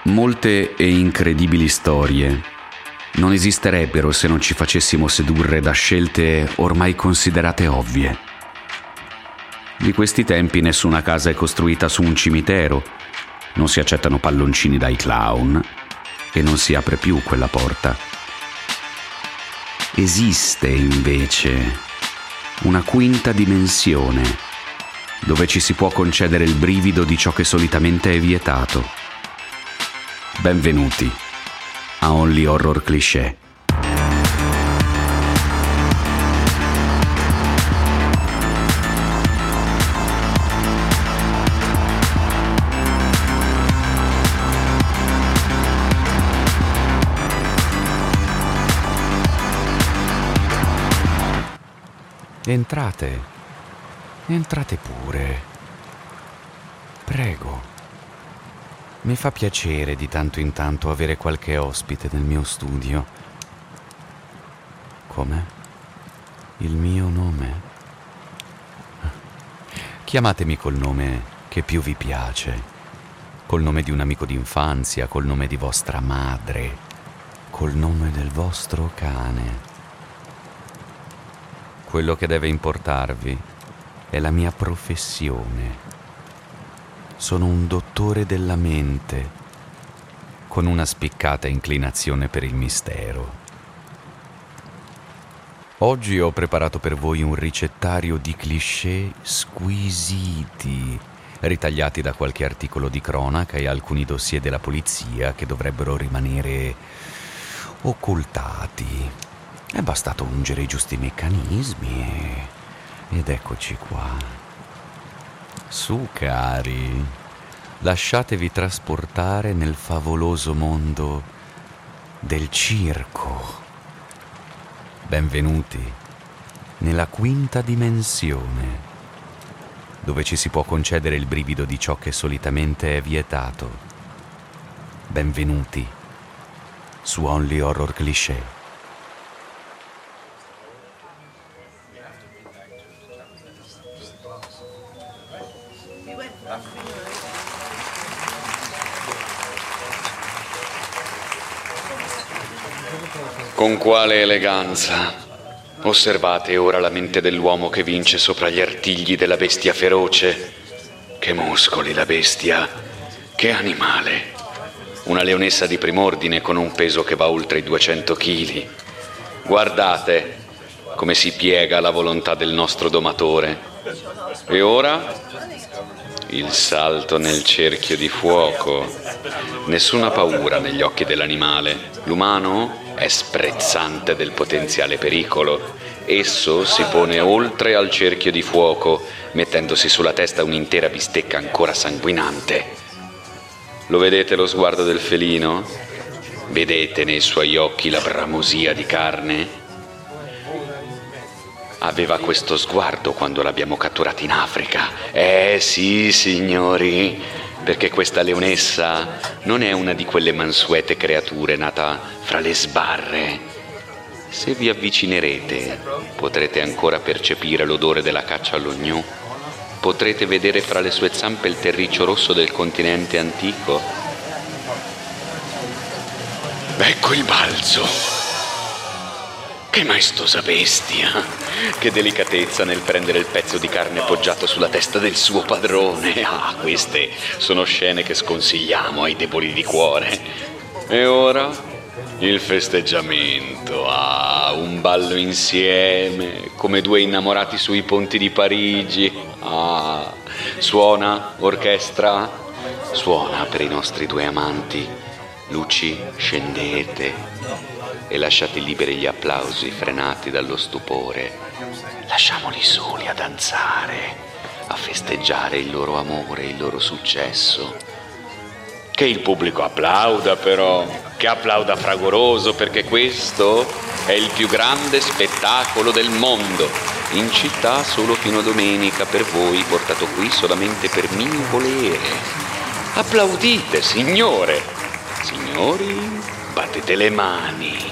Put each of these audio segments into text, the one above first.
Molte e incredibili storie non esisterebbero se non ci facessimo sedurre da scelte ormai considerate ovvie. Di questi tempi nessuna casa è costruita su un cimitero, non si accettano palloncini dai clown e non si apre più quella porta. Esiste invece una quinta dimensione dove ci si può concedere il brivido di ciò che solitamente è vietato. Benvenuti a Only Horror Cliché. Entrate pure. Prego. Mi fa piacere di tanto in tanto avere qualche ospite nel mio studio. Come? Il mio nome? Chiamatemi col nome che più vi piace. Col nome di un amico d'infanzia, col nome di vostra madre, col nome del vostro cane. Quello che deve importarvi è la mia professione. Sono un dottore della mente, con una spiccata inclinazione per il mistero. Oggi ho preparato per voi un ricettario di cliché squisiti, ritagliati da qualche articolo di cronaca e alcuni dossier della polizia che dovrebbero rimanere occultati. È bastato ungere i giusti meccanismi ed eccoci qua. Su, cari, lasciatevi trasportare nel favoloso mondo del circo. Benvenuti nella quinta dimensione, dove ci si può concedere il brivido di ciò che solitamente è vietato. Benvenuti su Only Horror Cliché. Con quale eleganza! Osservate ora la mente dell'uomo che vince sopra gli artigli della bestia feroce. Che muscoli la bestia! Che animale! Una leonessa di prim'ordine con un peso che va oltre i 200 kg. Guardate come si piega alla volontà del nostro domatore. E ora il salto nel cerchio di fuoco. Nessuna paura negli occhi dell'animale. L'umano è sprezzante del potenziale pericolo. Esso si pone oltre al cerchio di fuoco, mettendosi sulla testa un'intera bistecca ancora sanguinante. Lo vedete lo sguardo del felino? Vedete nei suoi occhi la bramosia di carne? Aveva questo sguardo quando l'abbiamo catturata in Africa. Sì, signori, perché questa leonessa non è una di quelle mansuete creature nata fra le sbarre. Se vi avvicinerete, potrete ancora percepire l'odore della caccia all'ognù. Potrete vedere fra le sue zampe il terriccio rosso del continente antico. Ecco il balzo. Che maestosa bestia! Che delicatezza nel prendere il pezzo di carne poggiato sulla testa del suo padrone. Queste sono scene che sconsigliamo ai deboli di cuore. E ora il festeggiamento. Un ballo insieme, come due innamorati sui ponti di Parigi. Suona, orchestra, suona per i nostri due amanti. Luci, scendete e lasciate liberi gli applausi frenati dallo stupore. Lasciamoli soli a danzare, a festeggiare il loro amore, il loro successo. Che il pubblico applauda però, che applauda fragoroso, perché questo è il più grande spettacolo del mondo. In città solo fino a domenica per voi, portato qui solamente per mio volere. Applaudite, signore. Signori, battete le mani.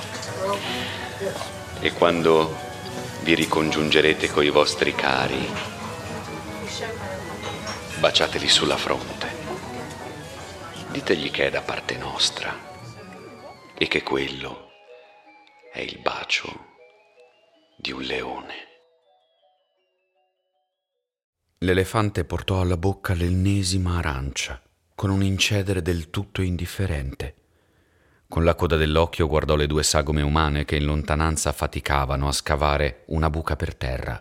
E quando vi ricongiungerete coi vostri cari, baciateli sulla fronte. ditegli che è da parte nostra e che quello è il bacio di un leone. L'elefante portò alla bocca l'ennesima arancia, con un incedere del tutto indifferente. Con la coda dell'occhio guardò le due sagome umane che in lontananza faticavano a scavare una buca per terra.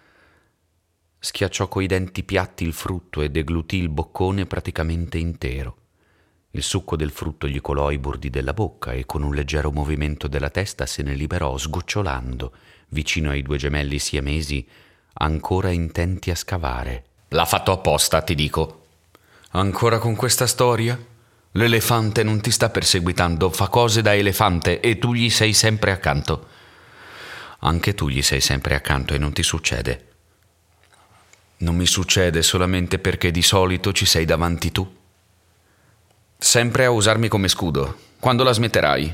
Schiacciò coi denti piatti il frutto e deglutì il boccone praticamente intero. Il succo del frutto gli colò i bordi della bocca e con un leggero movimento della testa se ne liberò, sgocciolando, vicino ai due gemelli siamesi, ancora intenti a scavare. L'ha fatto apposta, ti dico. Ancora con questa storia? L'elefante non ti sta perseguitando, fa cose da elefante e tu gli sei sempre accanto. Anche tu gli sei sempre accanto e non ti succede. Non mi succede solamente perché di solito ci sei davanti tu. Sempre a usarmi come scudo. Quando la smetterai?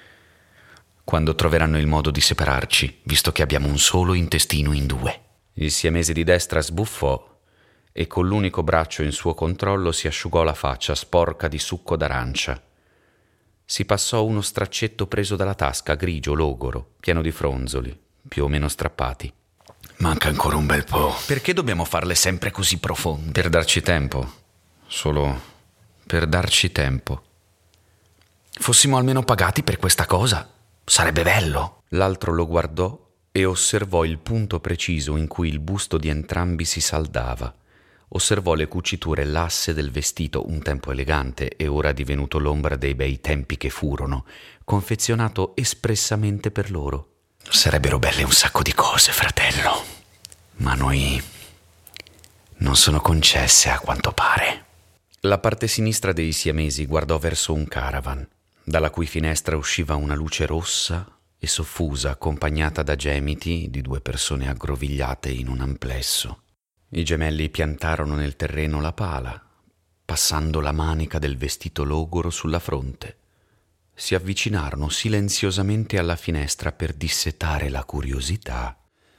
Quando troveranno il modo di separarci, visto che abbiamo un solo intestino in due. Il siamese di destra sbuffò e con l'unico braccio in suo controllo si asciugò la faccia sporca di succo d'arancia. Si passò uno straccetto preso dalla tasca, grigio, logoro, pieno di fronzoli, più o meno strappati. Manca ancora un bel po'. Perché dobbiamo farle sempre così profonde? Per darci tempo. Solo per darci tempo. Fossimo almeno pagati per questa cosa. Sarebbe bello. L'altro lo guardò e osservò il punto preciso in cui il busto di entrambi si saldava. Osservò le cuciture e l'asse del vestito, un tempo elegante e ora divenuto l'ombra dei bei tempi che furono, confezionato espressamente per loro. Sarebbero belle un sacco di cose, fratello, ma noi non sono concesse a quanto pare. La parte sinistra dei siamesi guardò verso un caravan, dalla cui finestra usciva una luce rossa e soffusa, accompagnata da gemiti di due persone aggrovigliate in un amplesso. I gemelli piantarono nel terreno la pala, passando la manica del vestito logoro sulla fronte. Si avvicinarono silenziosamente alla finestra per dissetare la curiosità.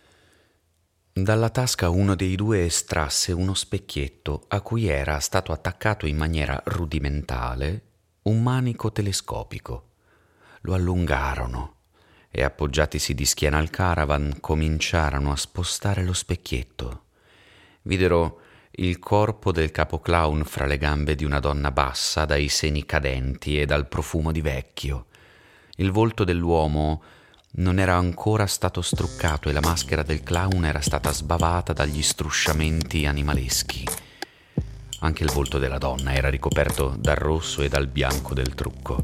Dalla tasca uno dei due estrasse uno specchietto a cui era stato attaccato in maniera rudimentale un manico telescopico. Lo allungarono e, appoggiatisi di schiena al caravan, cominciarono a spostare lo specchietto. Videro il corpo del capoclown fra le gambe di una donna bassa dai seni cadenti e dal profumo di vecchio. Il volto dell'uomo non era ancora stato struccato e la maschera del clown era stata sbavata dagli strusciamenti animaleschi. Anche il volto della donna era ricoperto dal rosso e dal bianco del trucco.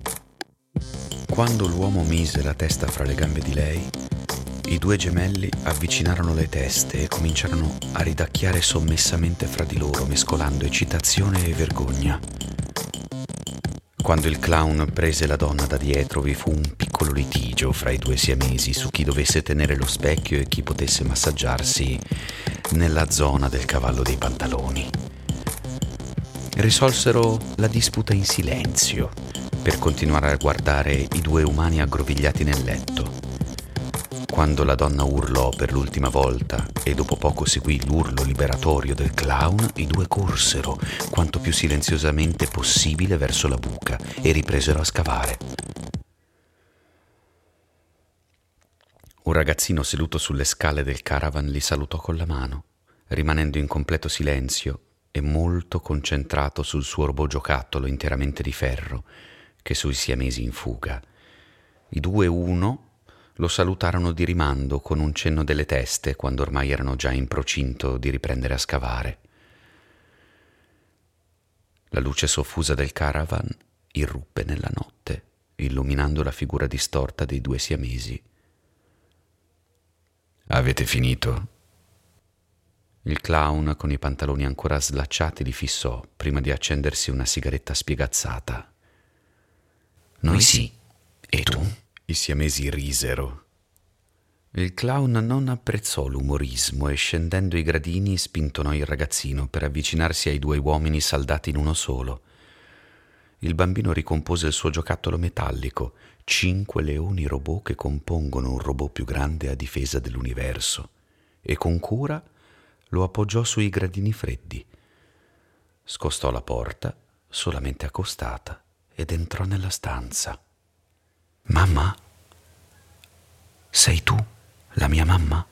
Quando l'uomo mise la testa fra le gambe di lei, i due gemelli avvicinarono le teste e cominciarono a ridacchiare sommessamente fra di loro, mescolando eccitazione e vergogna. Quando il clown prese la donna da dietro, vi fu un piccolo litigio fra i due siamesi su chi dovesse tenere lo specchio e chi potesse massaggiarsi nella zona del cavallo dei pantaloni. Risolsero la disputa in silenzio, per continuare a guardare i due umani aggrovigliati nel letto. Quando la donna urlò per l'ultima volta e dopo poco seguì l'urlo liberatorio del clown, i due corsero quanto più silenziosamente possibile verso la buca e ripresero a scavare. Un ragazzino seduto sulle scale del caravan li salutò con la mano, rimanendo in completo silenzio e molto concentrato sul suo robogiocattolo interamente di ferro che sui siamesi in fuga. I due uno lo salutarono di rimando con un cenno delle teste quando ormai erano già in procinto di riprendere a scavare. La luce soffusa del caravan irruppe nella notte, illuminando la figura distorta dei due siamesi. «Avete finito?» Il clown, con i pantaloni ancora slacciati, li fissò prima di accendersi una sigaretta spiegazzata. «Noi sì. E tu?» I siamesi risero. Il clown non apprezzò l'umorismo e, scendendo i gradini, spintonò il ragazzino per avvicinarsi ai due uomini saldati in uno solo. Il bambino ricompose il suo giocattolo metallico, 5 leoni robot che compongono un robot più grande a difesa dell'universo, e con cura lo appoggiò sui gradini freddi. Scostò la porta, solamente accostata, ed entrò nella stanza. «Mamma? Sei tu, la mia mamma?»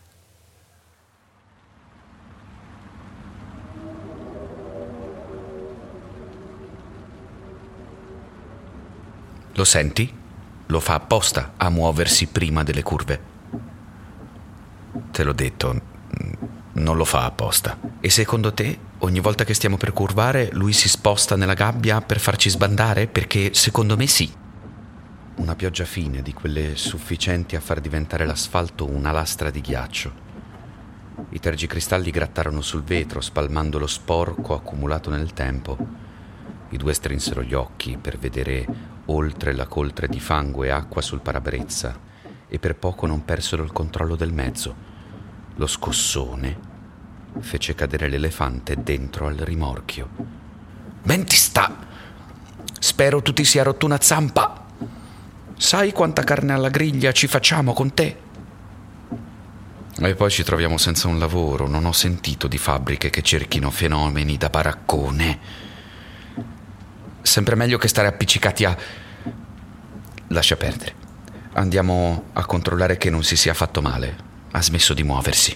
Lo senti? Lo fa apposta a muoversi prima delle curve. Te l'ho detto, non lo fa apposta. E secondo te, ogni volta che stiamo per curvare, lui si sposta nella gabbia per farci sbandare? Perché secondo me sì. Una pioggia fine, di quelle sufficienti a far diventare l'asfalto una lastra di ghiaccio. I tergicristalli grattarono sul vetro, spalmando lo sporco accumulato nel tempo. I due strinsero gli occhi per vedere oltre la coltre di fango e acqua sul parabrezza, e per poco non persero il controllo del mezzo. Lo scossone fece cadere l'elefante dentro al rimorchio. «Ben ti sta! Spero tu ti sia rotto una zampa! Sai quanta carne alla griglia ci facciamo con te?» E poi ci troviamo senza un lavoro. Non ho sentito di fabbriche che cerchino fenomeni da baraccone. Sempre meglio che stare appiccicati a... Lascia perdere. Andiamo a controllare che non si sia fatto male. Ha smesso di muoversi.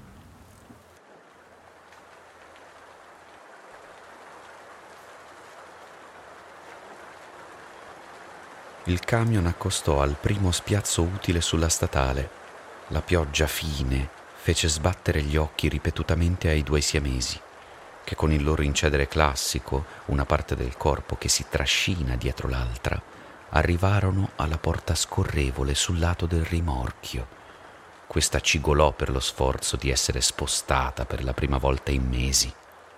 Il camion accostò al primo spiazzo utile sulla statale. La pioggia fine fece sbattere gli occhi ripetutamente ai due siamesi, che con il loro incedere classico, una parte del corpo che si trascina dietro l'altra, arrivarono alla porta scorrevole sul lato del rimorchio. Questa cigolò per lo sforzo di essere spostata per la prima volta in mesi.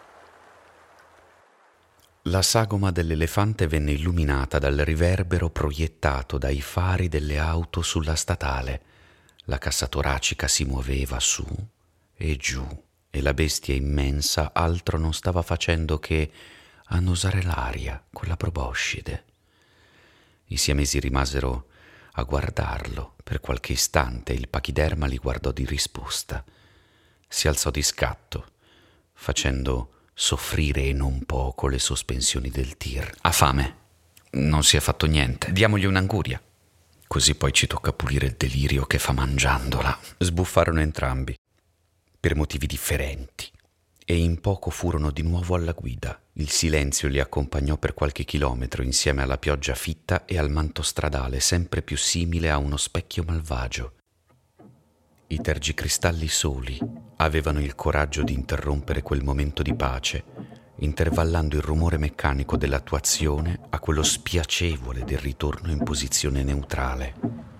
La sagoma dell'elefante venne illuminata dal riverbero proiettato dai fari delle auto sulla statale. La cassa toracica si muoveva su e giù, e la bestia immensa altro non stava facendo che annusare l'aria con la proboscide. I siamesi rimasero a guardarlo per qualche istante e il pachiderma li guardò di risposta. Si alzò di scatto, facendo soffrire e non poco le sospensioni del tir. Ha fame, non si è fatto niente, diamogli un'anguria, così poi ci tocca pulire il delirio che fa mangiandola. Sbuffarono entrambi, per motivi differenti, e in poco furono di nuovo alla guida. Il silenzio li accompagnò per qualche chilometro insieme alla pioggia fitta e al manto stradale sempre più simile a uno specchio malvagio. I tergicristalli soli avevano il coraggio di interrompere quel momento di pace, intervallando il rumore meccanico dell'attuazione a quello spiacevole del ritorno in posizione neutrale.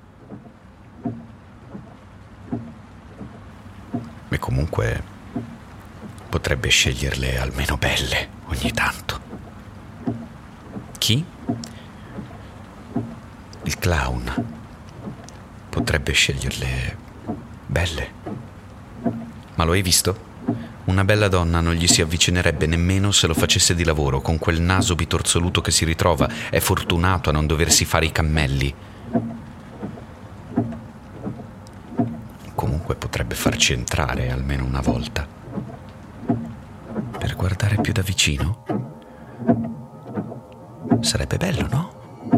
E comunque potrebbe sceglierle almeno belle ogni tanto. Chi? Il clown. Potrebbe sceglierle belle. Ma lo hai visto? Una bella donna non gli si avvicinerebbe nemmeno se lo facesse di lavoro, con quel naso bitorzoluto che si ritrova. È fortunato a non doversi fare i cammelli. Comunque potrebbe farci entrare almeno una volta, per guardare più da vicino. Sarebbe bello, no?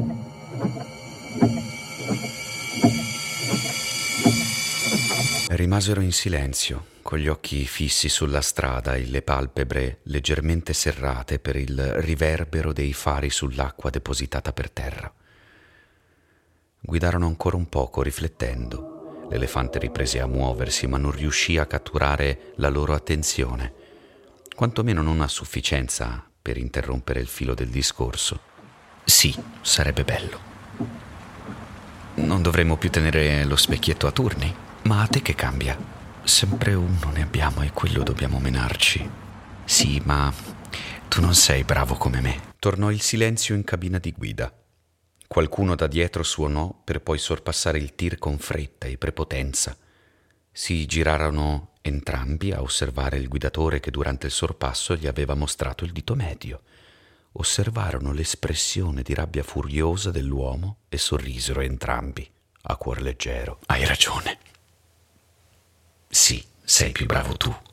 Rimasero in silenzio, con gli occhi fissi sulla strada e le palpebre leggermente serrate per il riverbero dei fari sull'acqua depositata per terra. Guidarono ancora un poco, riflettendo. L'elefante riprese a muoversi, ma non riuscì a catturare la loro attenzione, quantomeno non a sufficienza per interrompere il filo del discorso. Sì, sarebbe bello. Non dovremmo più tenere lo specchietto a turni? Ma a te che cambia? Sempre uno ne abbiamo e quello dobbiamo menarci. Sì, ma tu non sei bravo come me. Tornò il silenzio in cabina di guida. Qualcuno da dietro suonò per poi sorpassare il tir con fretta e prepotenza. Si girarono entrambi a osservare il guidatore che durante il sorpasso gli aveva mostrato il dito medio. Osservarono l'espressione di rabbia furiosa dell'uomo e sorrisero entrambi, a cuor leggero. Hai ragione. Sì, sei più bravo tu.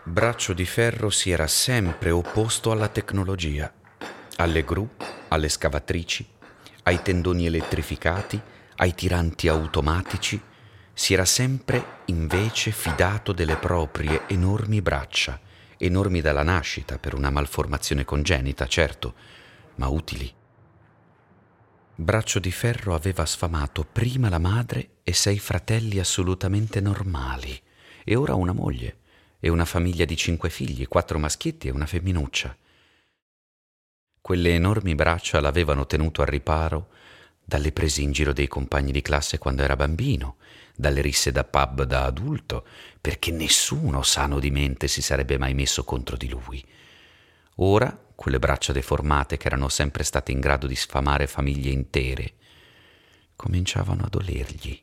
Braccio di Ferro si era sempre opposto alla tecnologia, alle gru, alle scavatrici, ai tendoni elettrificati, ai tiranti automatici. Si era sempre invece fidato delle proprie enormi braccia, enormi dalla nascita per una malformazione congenita, certo, ma utili. Braccio di Ferro aveva sfamato prima la madre e 6 fratelli assolutamente normali, e ora una moglie e una famiglia di 5 figli, 4 maschietti e una femminuccia. Quelle enormi braccia l'avevano tenuto al riparo dalle prese in giro dei compagni di classe quando era bambino, dalle risse da pub da adulto, perché nessuno sano di mente si sarebbe mai messo contro di lui. Ora, quelle braccia deformate che erano sempre state in grado di sfamare famiglie intere, cominciavano a dolergli.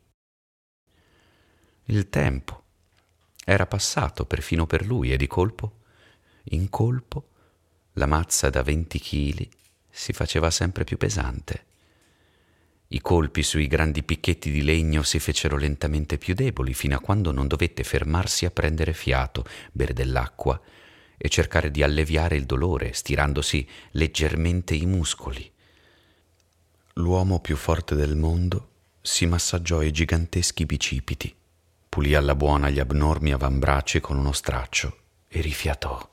Il tempo era passato perfino per lui e di colpo, in colpo, la mazza da 20 chili si faceva sempre più pesante. I colpi sui grandi picchetti di legno si fecero lentamente più deboli fino a quando non dovette fermarsi a prendere fiato, bere dell'acqua e cercare di alleviare il dolore, stirandosi leggermente i muscoli. L'uomo più forte del mondo si massaggiò i giganteschi bicipiti, pulì alla buona gli abnormi avambracci con uno straccio e rifiatò.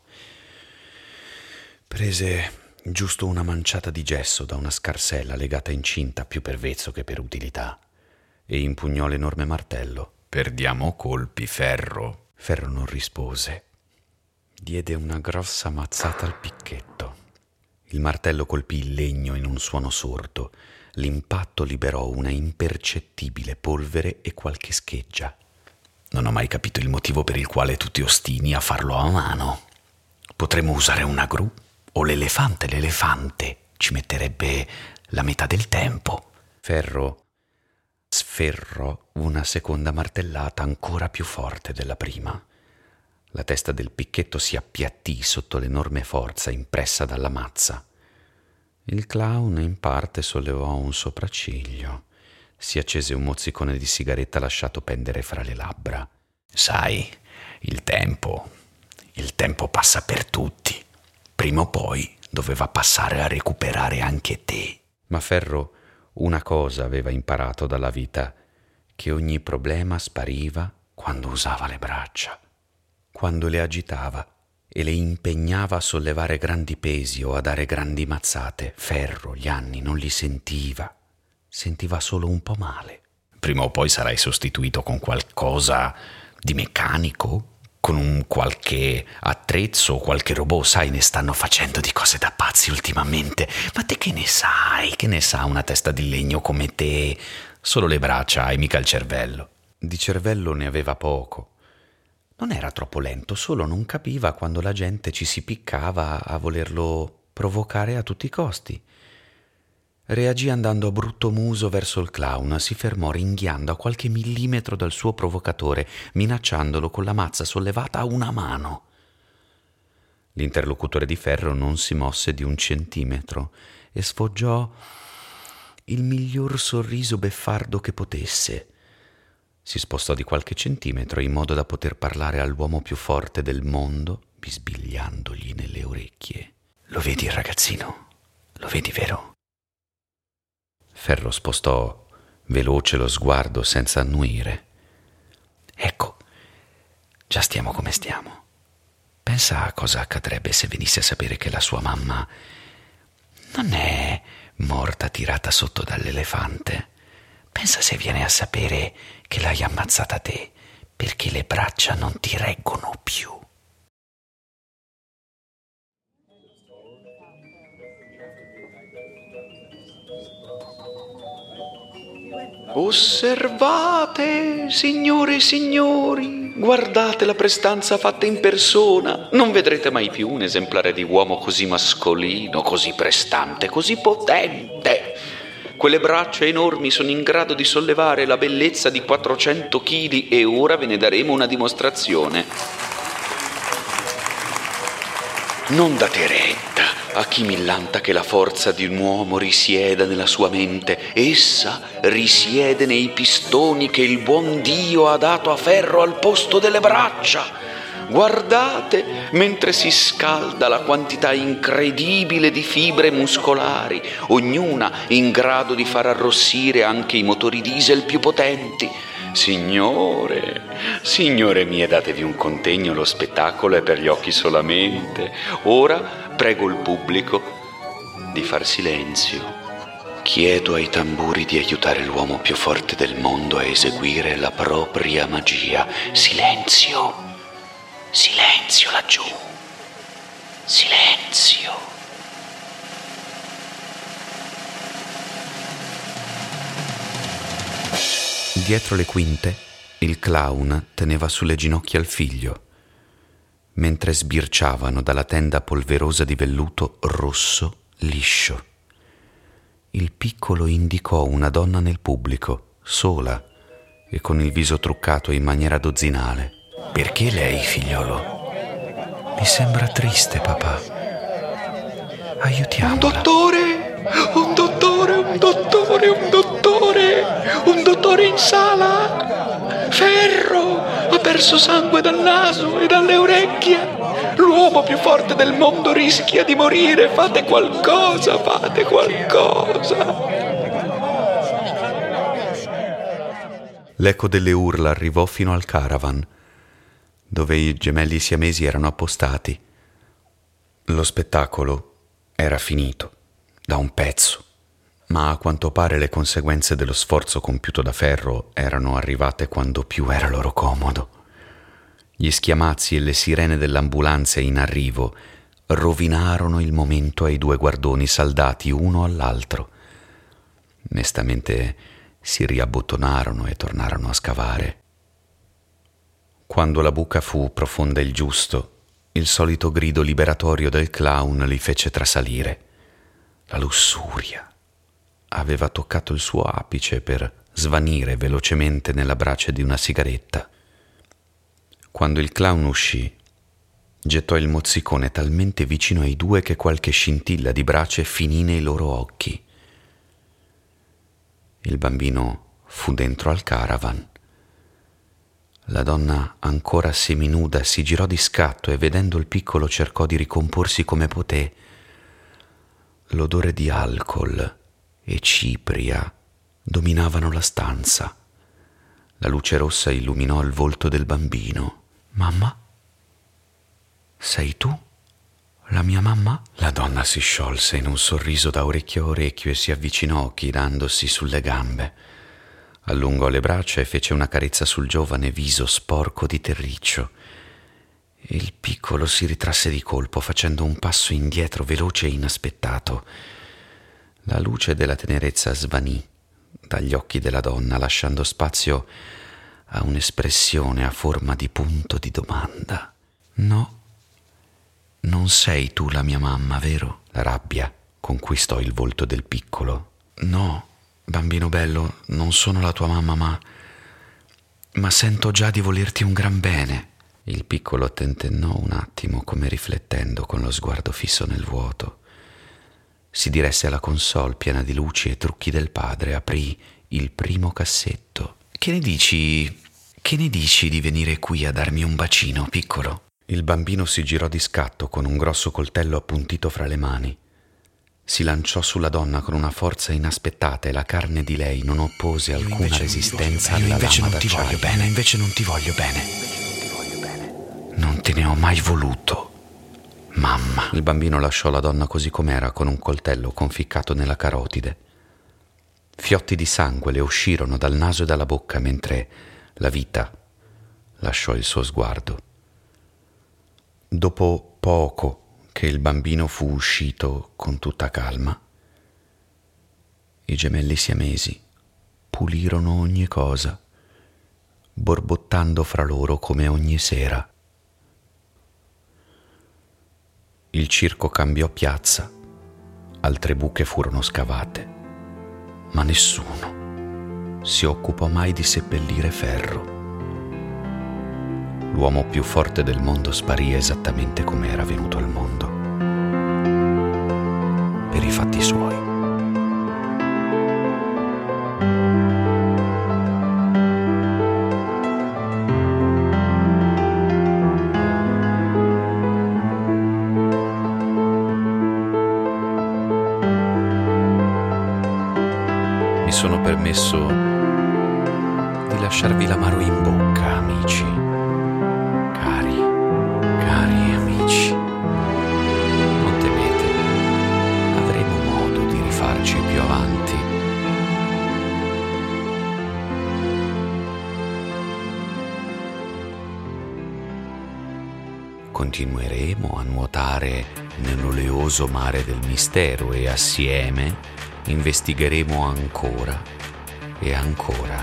Prese giusto una manciata di gesso da una scarsella legata in cinta più per vezzo che per utilità e impugnò l'enorme martello. «Perdiamo colpi, Ferro». Ferro non rispose. Diede una grossa mazzata al picchetto. Il martello colpì il legno in un suono sordo. L'impatto liberò una impercettibile polvere e qualche scheggia. Non ho mai capito il motivo per il quale tutti ostini a farlo a mano. Potremmo usare una gru o l'elefante ci metterebbe la metà del tempo. Ferro sferrò una seconda martellata ancora più forte della prima. La testa del picchetto si appiattì sotto l'enorme forza impressa dalla mazza. Il clown in parte sollevò un sopracciglio. Si accese un mozzicone di sigaretta lasciato pendere fra le labbra. «Sai, il tempo passa per tutti. Prima o poi doveva passare a recuperare anche te». Ma Ferro una cosa aveva imparato dalla vita, che ogni problema spariva quando usava le braccia, quando le agitava e le impegnava a sollevare grandi pesi o a dare grandi mazzate. Ferro gli anni non li sentiva solo un po' male. «Prima o poi sarai sostituito con qualcosa di meccanico, con un qualche attrezzo o qualche robot, sai, ne stanno facendo di cose da pazzi ultimamente. Ma te che ne sai? Che ne sa una testa di legno come te? Solo le braccia hai, mica il cervello». Di cervello ne aveva poco. Non era troppo lento, solo non capiva quando la gente ci si piccava a volerlo provocare a tutti i costi. Reagì andando a brutto muso verso il clown, si fermò ringhiando a qualche millimetro dal suo provocatore, minacciandolo con la mazza sollevata a una mano. L'interlocutore di Ferro non si mosse di 1 centimetro e sfoggiò il miglior sorriso beffardo che potesse. Si spostò di qualche centimetro in modo da poter parlare all'uomo più forte del mondo, bisbigliandogli nelle orecchie. «Lo vedi il ragazzino? Lo vedi, vero?» Ferro spostò veloce lo sguardo senza annuire. «Ecco, già stiamo come stiamo. Pensa a cosa accadrebbe se venisse a sapere che la sua mamma non è morta tirata sotto dall'elefante. Pensa se viene a sapere che l'hai ammazzata te perché le braccia non ti reggono più». Osservate, signore e signori, guardate la prestanza fatta in persona. Non vedrete mai più un esemplare di uomo così mascolino, così prestante, così potente. Quelle braccia enormi sono in grado di sollevare la bellezza di 400 chili e ora ve ne daremo una dimostrazione. Non date retta a chi millanta che la forza di un uomo risieda nella sua mente. Essa risiede nei pistoni che il buon Dio ha dato a Ferro al posto delle braccia. Guardate mentre si scalda la quantità incredibile di fibre muscolari, ognuna in grado di far arrossire anche i motori diesel più potenti. Signore mie, datevi un contegno, lo spettacolo è per gli occhi solamente. Ora prego il pubblico di far silenzio. Chiedo ai tamburi di aiutare l'uomo più forte del mondo a eseguire la propria magia. Silenzio! Silenzio laggiù! Silenzio! Dietro le quinte, il clown teneva sulle ginocchia il figlio, mentre sbirciavano dalla tenda polverosa di velluto rosso liscio. Il piccolo indicò una donna nel pubblico, sola e con il viso truccato in maniera dozzinale. Perché lei, figliolo? Mi sembra triste, papà. Aiutiamola. Un dottore in sala! Ferro! Ha perso sangue dal naso e dalle orecchie! L'uomo più forte del mondo rischia di morire! Fate qualcosa! L'eco delle urla arrivò fino al caravan, dove i gemelli siamesi erano appostati. Lo spettacolo era finito, da un pezzo, ma a quanto pare le conseguenze dello sforzo compiuto da Ferro erano arrivate quando più era loro comodo. Gli schiamazzi e le sirene dell'ambulanza in arrivo rovinarono il momento ai due guardoni saldati uno all'altro. Mestamente si riabbottonarono e tornarono a scavare. Quando la buca fu profonda il giusto, il solito grido liberatorio del clown li fece trasalire. La lussuria aveva toccato il suo apice per svanire velocemente nella brace di una sigaretta. Quando il clown uscì, gettò il mozzicone talmente vicino ai due che qualche scintilla di brace finì nei loro occhi. Il bambino fu dentro al caravan. La donna, ancora seminuda, si girò di scatto e vedendo il piccolo cercò di ricomporsi come poté. L'odore di alcol e cipria dominavano la stanza. La luce rossa illuminò il volto del bambino. «Mamma? Sei tu? La mia mamma?» La donna si sciolse in un sorriso da orecchio a orecchio e si avvicinò chirandosi sulle gambe. Allungò le braccia e fece una carezza sul giovane viso sporco di terriccio. Il piccolo si ritrasse di colpo, facendo un passo indietro veloce e inaspettato. La luce della tenerezza svanì dagli occhi della donna, lasciando spazio a un'espressione a forma di punto di domanda. «No, non sei tu la mia mamma, vero?» La rabbia conquistò il volto del piccolo. «No, bambino bello, non sono la tua mamma, ma sento già di volerti un gran bene». Il piccolo tentennò un attimo, come riflettendo, con lo sguardo fisso nel vuoto. Si diresse alla console piena di luci e trucchi del padre, aprì il primo cassetto. Che ne dici di venire qui a darmi un bacino, piccolo?» Il bambino si girò di scatto con un grosso coltello appuntito fra le mani. Si lanciò sulla donna con una forza inaspettata e la carne di lei non oppose alcuna resistenza alla lama d'acciaio. Invece non ti voglio bene. Non te ne ho mai voluto, mamma. Il bambino lasciò la donna così com'era, con un coltello conficcato nella carotide. Fiotti di sangue le uscirono dal naso e dalla bocca mentre la vita lasciò il suo sguardo. Dopo poco che il bambino fu uscito con tutta calma, i gemelli siamesi pulirono ogni cosa, borbottando fra loro come ogni sera. Il circo cambiò piazza, altre buche furono scavate, ma nessuno si occupò mai di seppellire Ferro. L'uomo più forte del mondo sparì esattamente come era venuto al mondo, per i fatti suoi. permesso di lasciarvi l'amaro in bocca, amici. Cari amici. Non temete, avremo modo di rifarci più avanti. Continueremo a nuotare nell'oleoso mare del mistero e assieme investigheremo ancora e ancora.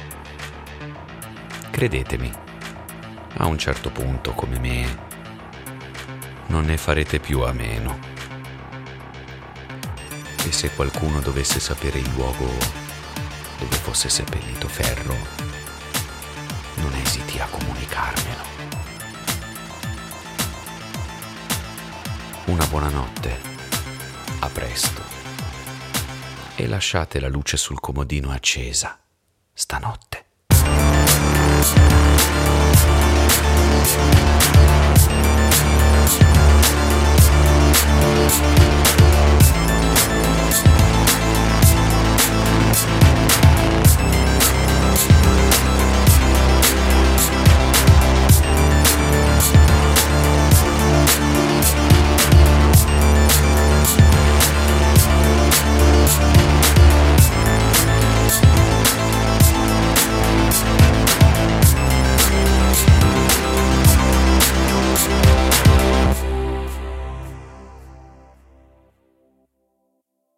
Credetemi, a un certo punto, come me, non ne farete più a meno. E se qualcuno dovesse sapere il luogo dove fosse seppellito Ferro, non esiti a comunicarmelo. Una buona notte, a presto, e lasciate la luce sul comodino accesa stanotte.